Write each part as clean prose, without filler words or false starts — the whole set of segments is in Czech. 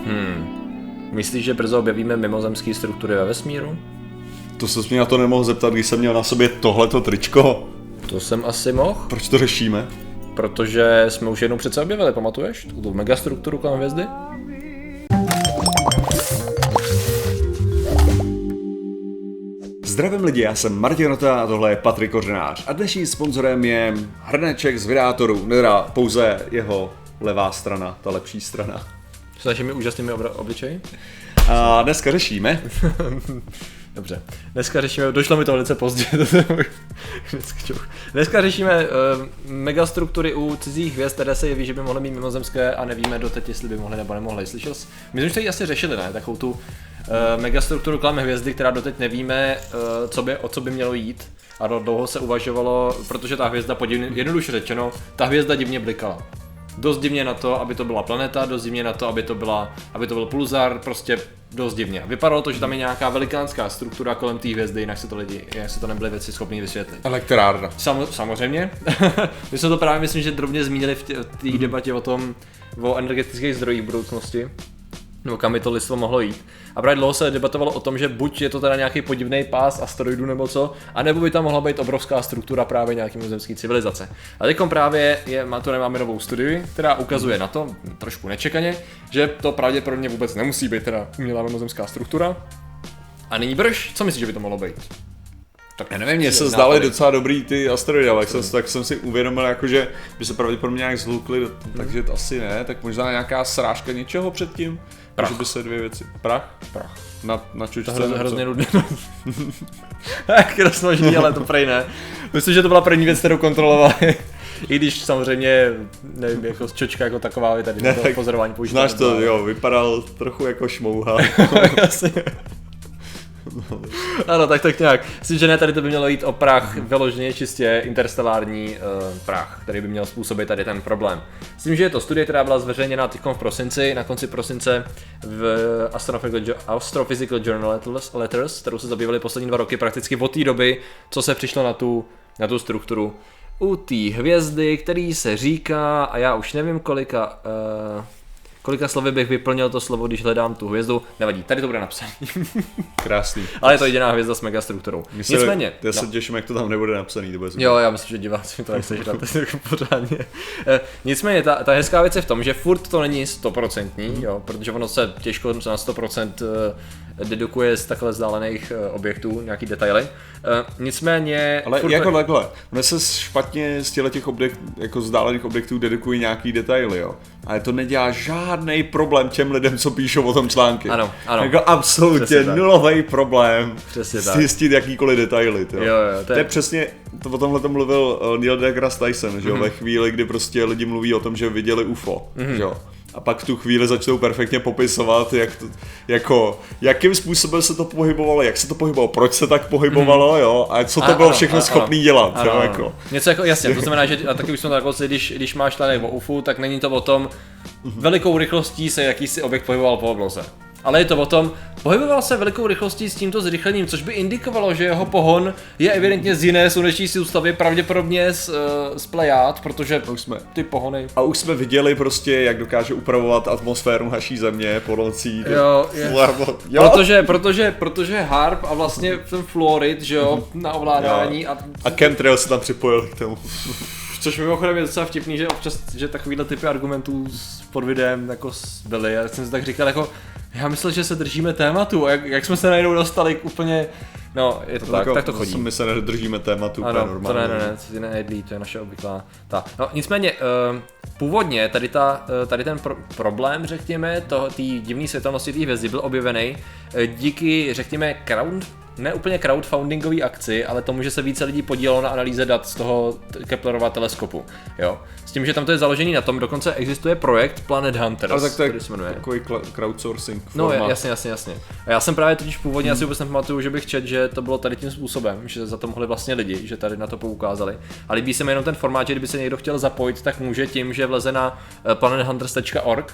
Myslíš, že brzo objevíme mimozemské struktury ve vesmíru? To se mě na to nemohl zeptat, když jsem měl na sobě tohleto tričko. To jsem asi mohl. Proč to řešíme? Protože jsme už jednou přece objevili, pamatuješ? Tu megastrukturu kolem hvězdy? Zdravím lidi, já jsem Martin Rota a tohle je Patrik Kořenář. A dnešním sponzorem je hrneček z Vydátorů, teda pouze jeho levá strana, ta lepší strana. S našimi úžasnými obličeji? A dneska řešíme... Dobře, dneska řešíme, došlo mi to velice pozdě, dneska řešíme megastruktury u cizích hvězd, které se jeví, že by mohly mít mimozemské a nevíme doteď, jestli by mohly nebo nemohly. Slyšel jsi? My jsme už tady asi řešili, ne? Takovou tu megastrukturu kolem hvězdy, která doteď nevíme, o co by mělo jít. A dlouho se uvažovalo, protože ta hvězda, jednoduše řečeno, ta hvězda divně blikala. Dost divně na to, aby to byla planeta, dost divně na to, aby to byl pulzar, prostě dost divně. Vypadalo to, že tam je nějaká velikánská struktura kolem té hvězdy, jinak se to nebyly věci schopný vysvětlit. Elektrárna. Samozřejmě. My jsme to právě, myslím, že drobně zmínili v té debatě o energetických zdrojích budoucnosti. No, kam by to lidstvo mohlo jít. A právě dlouho se debatovalo o tom, že buď je to teda nějaký podivný pás asteroidů nebo co, anebo by tam mohla být obrovská struktura právě nějaký mimozemské civilizace. A teď právě máme novou studii, která ukazuje na to, trošku nečekaně, že to pravděpodobně vůbec nemusí být teda umělá mimozemská struktura. A nyní brž, co myslíš, že by to mohlo být? Tak já nevím, mně se zdály docela dobrý ty asteroidy, ale tak jsem si uvědomil, jako, že by se pravděpodobně nějak zhlukli, takže to asi ne, tak možná nějaká srážka něčeho předtím. Prach. By se dvě věci. Prach? Prach. Na čučce. To je hrozně nudný. Tak roznožný, ale to prej ne. Myslím, že to byla první věc, kterou kontrolovali. I když samozřejmě, nevím, jako čočka jako taková je tady to pozorování použitá. Znáš to, jo, vypadal trochu jako šmouha. Jasně. Ano, tak nějak. Myslím, že ne, tady to by mělo jít o prach, vyloženě čistě interstellární prach, který by měl způsobit tady ten problém. Myslím, že je to studie, která byla zveřejněna v prosinci, na konci prosince v Astrophysical Journal Letters, kterou se zabývali poslední 2 roky, prakticky od té doby, co se přišlo na tu strukturu u té hvězdy, který se říká, a já už nevím kolika slovy bych vyplnil to slovo, když hledám tu hvězdu. Nevadí, tady to bude napsané. Krásný. Ale je to jediná hvězda s megastrukturou. Nicméně. Já se těším, jak to tam nebude napsaný. Jo, já myslím, že diváci mi to nechce žrat pořádně. Nicméně, ta hezká věc je v tom, že furt to není 100%, jo, protože ono se těžko na 100% dedukuje z takhle vzdálených objektů, nějaký detaily. Nicméně... Ale jako takhle, ono se špatně z těch jako vzdálených objektů dedukují nějaký detaily, jo. Ale to nedělá žádný problém těm lidem, co píšou o tom články. Ano. Jako absolutně nulový problém zjistit jakýkoliv detaily. Jo, to je přesně, o tomhle to mluvil Neil deGrasse Tyson, že jo, ve chvíli, kdy prostě lidi mluví o tom, že viděli UFO, že jo. A pak v tu chvíli začnou perfektně popisovat, jakým způsobem se to pohybovalo, jak se to pohybovalo, proč se tak pohybovalo, jo, a co to bylo všechno schopný dělat, jo, jako. Něco jako, jasně, to znamená, že a taky už jsme tak když máš článek o UFO, tak není to o tom, velikou rychlostí se jakýsi objekt pohyboval po obloze. Ale je to o tom, pohyboval se velikou rychlostí s tímto zrychlením, což by indikovalo, že jeho pohon je evidentně z jiné sluneční soustavy, pravděpodobně z Plejád, protože ty pohony... A už jsme viděli prostě, jak dokáže upravovat atmosféru naší země pomocí... Protože HAARP a vlastně ten fluorid, že jo, na ovládání a chemtrail se tam připojil k tomu. Což mimochodem je docela vtipný, že občas, že takovýhle typy argumentů pod videem jako byly. Já jsem si tak říkal jako, já myslel, že se držíme tématu a jak jsme se najednou dostali k úplně, no je to tak to chodí. My se nedržíme tématu, ano, normálně. To nejedlí, to je naše obvyklá. No nicméně, původně tady ten problém, řekněme, té divné světelnosti té hvězdy byl objevený díky, řekněme, ne úplně crowdfundingové akci, ale tomu, že se více lidí podílelo na analýze dat z toho Keplerova teleskopu, jo. S tím, že tam to je založený na tom, dokonce existuje projekt Planet Hunters, ale tak to je takový crowdsourcing formát. No jasně. A já jsem právě totiž původně asi vůbec nepamatuju, že bych četl, že to bylo tady tím způsobem, že za to mohli vlastně lidi, že tady na to poukázali. A líbí se mi jenom ten formát, že kdyby se někdo chtěl zapojit, tak může tím, že vleze na planethunters.org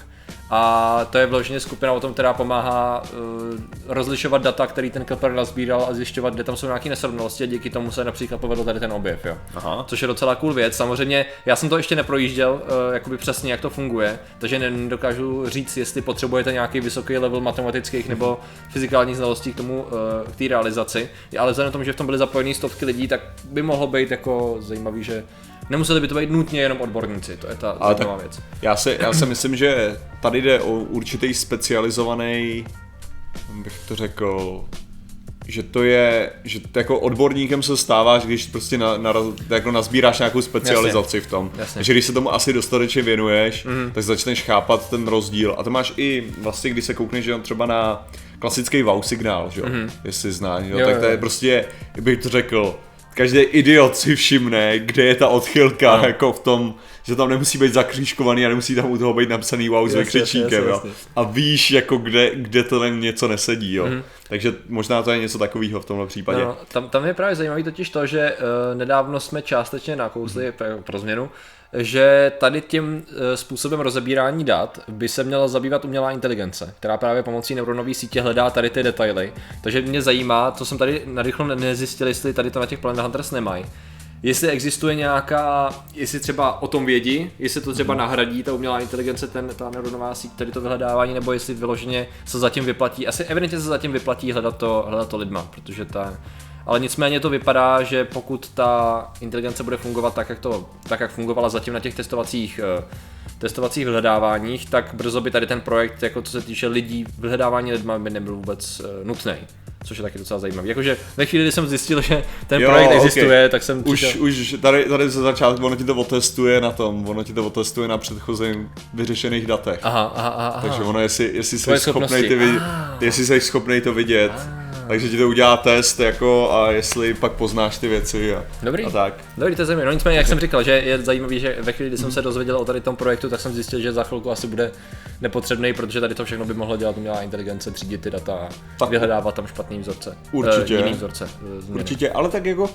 A to je vloženě skupina o tom, která pomáhá rozlišovat data, který ten Kepler nazbíral a zjišťovat, kde tam jsou nějaké nesrovnalosti a díky tomu se například povedl tady ten objev, jo. Aha. Což je docela cool věc. Samozřejmě já jsem to ještě neprojížděl, jakoby přesně jak to funguje, takže nedokážu říct, jestli potřebujete nějaký vysoký level matematických nebo fyzikálních znalostí k tomu, k té realizaci, ale vzhledem k tomu, že v tom byly zapojení stovky lidí, tak by mohlo být jako zajímavý, že nemuseli by to být nutně jenom odborníci, to je ta zajímavá věc. Já si myslím, že tady jde o určitý specializovaný, bych to řekl, že to je, že jako odborníkem se stáváš, když prostě jako nazbíráš nějakou specializaci v tom. Jasně. Že když se tomu asi dostatečně věnuješ, tak začneš chápat ten rozdíl. A to máš i vlastně, když se koukneš že třeba na klasický wow signál, že jo, jestli znáš, tak to je prostě, bych to řekl, každý idiot si všimne, kde je ta odchylka, jako v tom, že tam nemusí být zakřížkovaný a nemusí tam u toho být napsaný wow s vykřičníkem, jo. A víš, jako kde to něco nesedí, jo. Takže možná to je něco takového v tomhle případě. No, tam je právě zajímavý totiž to, že nedávno jsme částečně nakousli pro změnu, že tady tím způsobem rozebírání dat by se měla zabývat umělá inteligence, která právě pomocí neuronové sítě hledá tady ty detaily. Takže mě zajímá, co jsem tady narychlo nezjistil, jestli tady to na těch Planet Hunters nemají. Jestli existuje nějaká, jestli třeba o tom vědí, jestli to třeba nahradí ta umělá inteligence, ta neuronová síť, tady to vyhledávání, nebo jestli vyloženě se zatím vyplatí, asi evidentně se zatím vyplatí hledat to lidma, protože ale nicméně to vypadá, že pokud ta inteligence bude fungovat tak jak fungovala zatím na těch testovacích vyhledáváních, tak brzo by tady ten projekt, jako co se týče lidí, vyhledávání lidma by nebyl vůbec nutný. Což je taky docela zajímavý. Jakože ve chvíli, kdy jsem zjistil, že ten projekt existuje, tak jsem Už tady ze začátku ono ti to otestuje na tom, ono ti to otestuje na předchozím vyřešených datech. Aha. Takže ono, jestli jsi schopnej to vidět, takže ti to udělá test jako a jestli pak poznáš ty věci a tak. Dobrý, to je zajímavé. No nicméně, jak jsem říkal, že je zajímavý, že ve chvíli, kdy jsem se dozvěděl o tady tom projektu, tak jsem zjistil, že za chvilku asi bude nepotřebný, protože tady to všechno by mohlo dělat umělá inteligence, třídit ty data a vyhledávat tam špatný vzorce. Jiný vzorce. Určitě, ale tak jako,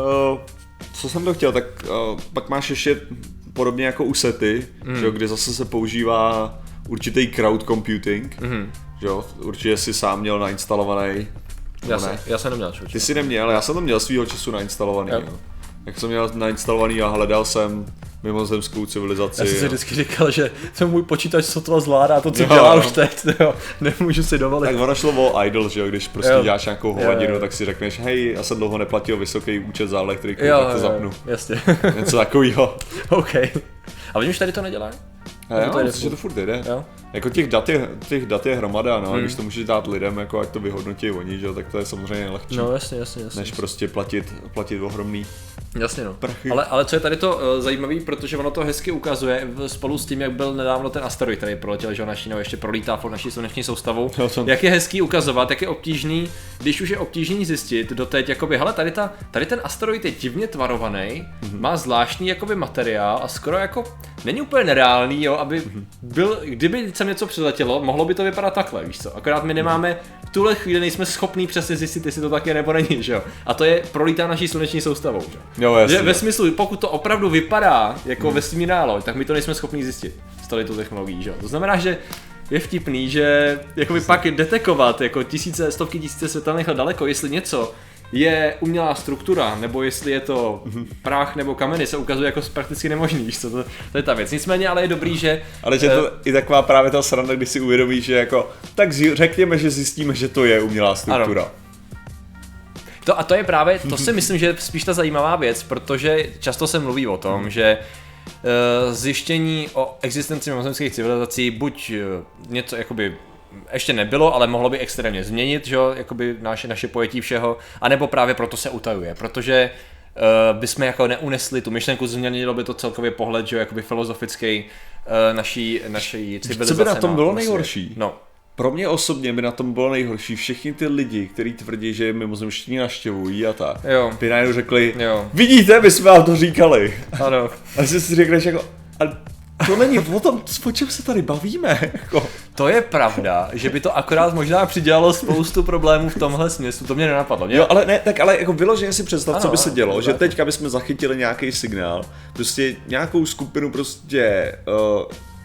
co jsem to chtěl, tak pak máš ještě podobně jako u SETI, že, kde zase se používá určitý crowd computing, že jo, určitě si sám měl nainstalovaný. Já jsem neměl člověče. Ty jsi neměl, já jsem to měl svýho času nainstalovaný. Jak jsem měl nainstalovaný a hledal jsem mimozemskou civilizaci. Já jsem si vždycky říkal, že to můj počítač sotva zvládá to, co dělá už teď, nemůžu si dovolit. Tak ono šlo o idle, že jo, když prostě děláš nějakou hovadinu, tak si řekneš, hej, já jsem dlouho neplatil vysoký účet za elektriku, tak to zapnu. Jasně. Něco takovýho. OK. A oni už tady to nedělají? Já myslím, že to furt jde. Jako těch dat je hromada, no, a když to můžeš dát lidem, jako ať to vyhodnotí oni, že, tak to je samozřejmě lehčí. No jasně. Než prostě platit ohromný. Jasně no. Prachy. Ale co je tady to zajímavý, protože ono to hezky ukazuje spolu s tím, jak byl nedávno ten asteroid, který proletěl, že ještě prolítá pod naší sluneční soustavou. Jak je hezký ukazovat, jak je obtížný, když už je obtížný zjistit doteď, jakoby, hele, tady ten asteroid je divně tvarovaný, má zvláštní jakoby materiál a skoro jako není úplně nereálný, jo, aby byl, kdyby sem něco přiletělo, mohlo by to vypadat takhle, víš co? Akorát my nemáme, v tuhle chvíli nejsme schopní přesně zjistit, jestli to tak je nebo není, že jo? A to je prolítá naší sluneční soustavou, že? Jo, jasně. Ve smyslu, pokud to opravdu vypadá jako vesmírná loď, tak my to nejsme schopni zjistit s tady tu technologií, že jo? To znamená, že je vtipný, že jakoby pak detekovat jako stovky tisíce světelných let daleko, jestli něco je umělá struktura, nebo jestli je to prach nebo kameny, se ukazuje jako prakticky nemožný, víš co, to je ta věc. Nicméně, ale je dobrý, že... Ale že to i taková právě ta sranda, když si uvědomíš, že jako, tak řekněme, že zjistíme, že to je umělá struktura. Ano. A to je právě, to si myslím, že je spíš ta zajímavá věc, protože často se mluví o tom, že zjištění o existenci mimozemských civilizací buď něco jakoby ještě nebylo, ale mohlo by extrémně změnit, že jo, jakoby naše pojetí všeho, anebo právě proto se utajuje, protože bychom jako neunesli tu myšlenku, změnilo by to celkově pohled, že jo, jakoby filozofický naší civilizace. Co by na tom bylo nejhorší? No. Pro mě osobně by na tom bylo nejhorší všichni ty lidi, kteří tvrdí, že mimozemštění navštěvují a tak, by najednou řekli, vidíte, my jsme vám to říkali. Ano. A si řekneš jako, to není o tom, o čem se tady bavíme. Jako. To je pravda, že by to akorát možná přidělalo spoustu problémů v tomhle smyslu, to mě nenapadlo. Jo, ale ne, tak ale jako vyloženě si představ, co by se dělo, že teďka bychom zachytili nějaký signál, prostě nějakou skupinu prostě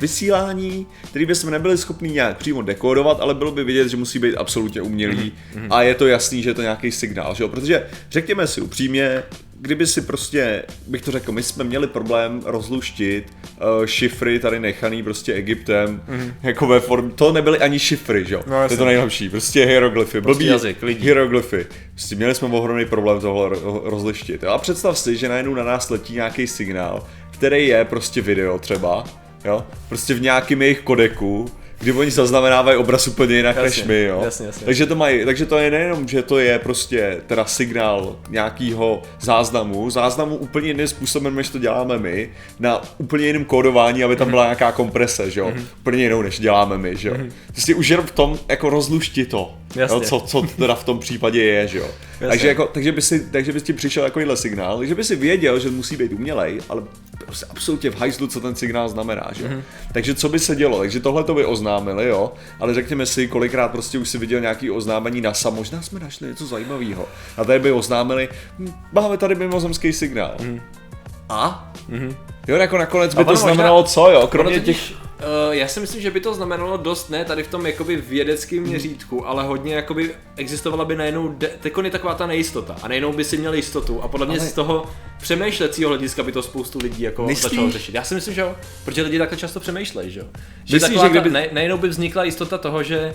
vysílání, který bychom nebyli schopni nějak přímo dekodovat, ale bylo by vidět, že musí být absolutně umělý a je to jasný, že je to nějaký signál, že jo? Protože řekněme si upřímně, kdyby si prostě, bych to řekl, my jsme měli problém rozluštit šifry tady nechaný prostě Egyptem, jako ve formě, to nebyly ani šifry, že jo? No, to je to nejlepší, prostě hieroglyfy, blbý jazyk lidí. hieroglyfy. Prostě měli jsme ohromný problém tohle rozlištit. A představ si, že najednou na nás letí nějaký signál, který je prostě video třeba, jo? Prostě v nějakém jejich kodeku, kdy oni zaznamenávají obraz úplně jinak než my, jo. Jasně. Takže to je nejenom, že to je prostě teda signál nějakého záznamu úplně jiným způsobem, než to děláme my, na úplně jiném kódování, aby tam byla nějaká komprese, že jo. Úplně jinou, než děláme my, že jo. Prostě už jenom v tom jako rozlušti to, jo, co teda v tom případě je, že jo. Takže by ti přišel takovýhle signál, že by si věděl, že musí být umělej, ale prostě absolutně v hajzlu, co ten signál znamená, že jo. Takže co by se dělo? Takže tohle to by oznámili, jo, ale řekněme si, kolikrát prostě už si viděl nějaký oznámení NASA, možná jsme našli něco zajímavého. A tady by oznámili, máme tady mimozemský signál. A? Jo, jako nakonec by to znamenalo co, jo, kromě těch... Já si myslím, že by to znamenalo dost, ne tady v tom jakoby vědeckém měřítku, ale hodně jakoby existovala by najednou, je taková ta nejistota a najednou by si měl jistotu a podle mě z toho přemýšlecího hlediska by to spoustu lidí jako začalo řešit. Já si myslím, že jo, protože lidi takhle často přemýšlejí, že jo. Najednou by vznikla jistota toho, že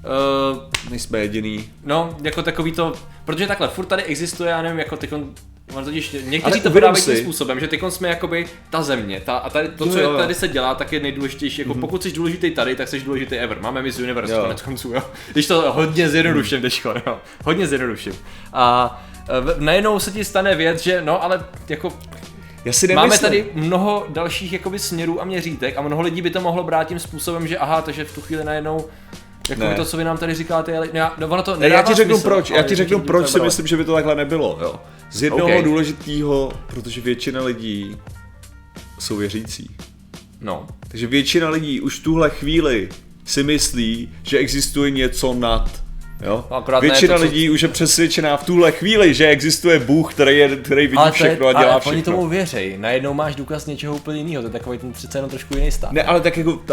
nejsme jediný. No, jako takový to, protože takhle furt tady existuje, já nevím, jako někteří to podávají tím způsobem, že teď jsme jakoby ta země, a tady to, co tady se dělá, tak je nejdůležitější, jako pokud jsi důležitý tady, tak jsi důležitý ever. Máme Miss Universe konec konců, jo. Když to hodně zjednoduším teďko, jo. Hodně zjednoduším. A najednou se ti stane věc, že no, ale jako máme tady mnoho dalších jakoby směrů a měřítek a mnoho lidí by to mohlo brát tím způsobem, že aha, takže v tu chvíli najednou jako to, co vy nám tady říkáte, ale ono to nedává smysl. Já ti řeknu proč si myslím, že by to takhle nebylo, jo. Z jednoho důležitého, protože většina lidí jsou věřící. No. Takže většina lidí už v tuhle chvíli si myslí, že existuje něco nad. Jo? Většina lidí už je přesvědčená v tuhle chvíli, že existuje Bůh, který vidí všechno a dělá všechno. Oni tomu věří. Najednou máš důkaz něčeho úplně jiného, to je takový ten přece jenom trošku jiný stav. Ne, ale tak jako,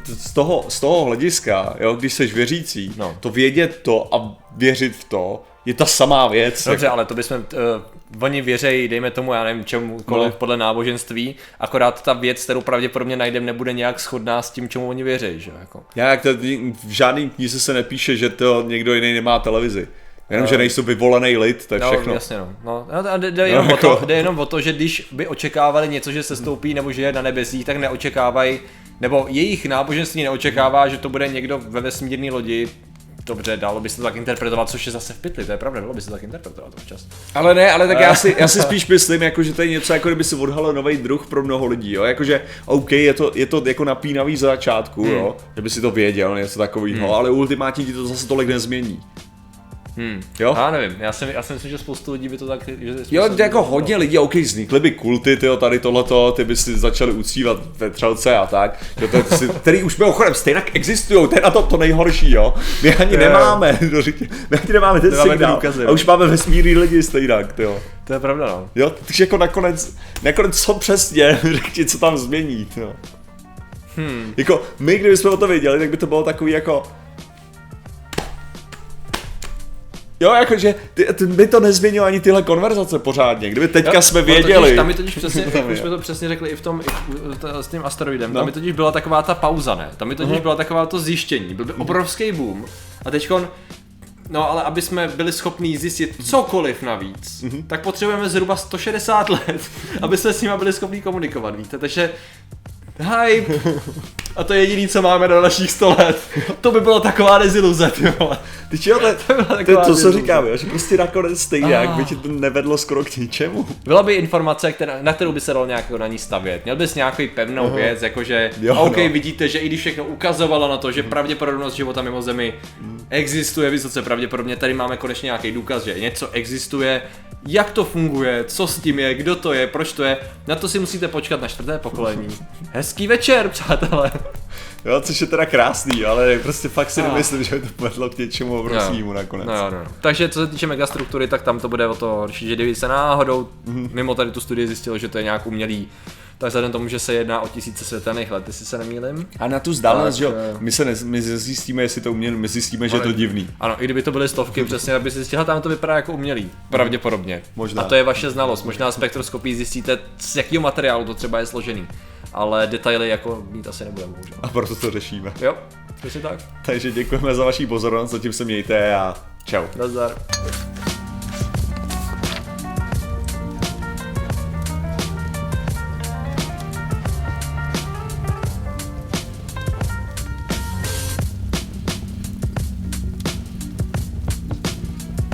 z toho hlediska, jo, když jsi věřící, to vědět to a věřit v to je ta samá věc. Dobře, ale to bychom, oni věří, dejme tomu, já nevím čemukoliv podle náboženství, akorát ta věc, kterou pravděpodobně najdeme, nebude nějak shodná s tím, čemu oni věří, že jako. V žádný knize se nepíše, že to někdo jiný nemá televizi. Jenom, že nejsou vyvolený lid, to je všechno. Jasně, no. A jde jenom o to, že když by očekávali něco, že se stoupí nebo že je na nebesích, tak neočekávají, nebo jejich náboženství neočekává, že to bude někdo ve vesmírné lodi. Dobře, dalo by se to tak interpretovat, což je zase v pytli, to je pravda, dalo by se to tak interpretovat občas. Ale tak já si spíš myslím, jako, že to je něco, jako kdyby si odhalil nový druh pro mnoho lidí, jo, jakože OK, je to jako napínavý za začátku, jo, že by si to věděl, něco takového, ale ultimátně ti to zase tolik nezmění. Jo? Já nevím, já si myslím, že spoustu lidí by to tak... Jo, jako hodně lidí, OK, vznikly by kulty, tyjo, tady tohleto, ty by si začali uctívat ve Třelce a tak, který už mimochodem stejně existujou, to je na to nejhorší, jo. My ani nemáme ten signál a už máme vesmírný lidi stejnak, tyjo. To je pravda, no. Jo, takže jako nakonec co přesně, řekni, co tam změní, jo. Jako my, kdybychom o to věděli, tak by to bylo takový jako... Jo, jakože by to nezměnilo ani tyhle konverzace pořádně, kdyby teďka jsme věděli. Tam mi totiž přesně, už jsme to přesně řekli i v tom, s tím asteroidem, tam mi totiž byla taková ta pauza, ne? Tam mi totiž byla taková to zjištění, byl by obrovský boom a teďkon, no ale aby jsme byli schopní zjistit cokoliv navíc, tak potřebujeme zhruba 160 let, aby jsme s nimi byli schopní komunikovat, víte, takže hype. A to je jediný, co máme do našich 100 let. To by byla taková deziluze, ty vole. To co říkám, jo, že prostě nakonec stejně, jak by ti to nevedlo skoro k ničemu. Byla by informace, na kterou by se dalo nějak na ní stavět. Měl bys nějaký pevnou věc, jakože vidíte, že i když všechno ukazovalo na to, že pravděpodobnost života mimo Zemi existuje vysoce pravděpodobně, tady máme konečně nějaký důkaz, že něco existuje, jak to funguje, co s tím je, kdo to je, proč to je, na to si musíte počkat na 4. pokolení. Hezký večer, přátelé. Jo, což je teda krásný, ale prostě fakt si nemyslím, že by to povedlo k něčemu obrovskému nakonec. No. Takže co se týče megastruktury, tak tam to bude o to, že kdyby se náhodou mimo tady tu studii zjistilo, že to je nějak umělý, tak vzhledem tomu, že se jedná o tisíce světelných let, jestli se nemýlim. A na tu vzdálenost, že jo, my zjistíme, jestli to umělý, my zjistíme, že je to divný. Ano, i kdyby to byly stovky, přesně, aby si zjistila, tam to vypadá jako umělý, pravděpodobně. Možná. A to je vaše znalost, možná spektroskopii zjistíte, z jakého materiálu to třeba je složený. Ale detaily jako mít asi nebudeme, bohužel. A proto to řešíme. Jo, přesně tak. Takže děkujeme za vaši pozornost, zatím se mějte a čau. Nazdar.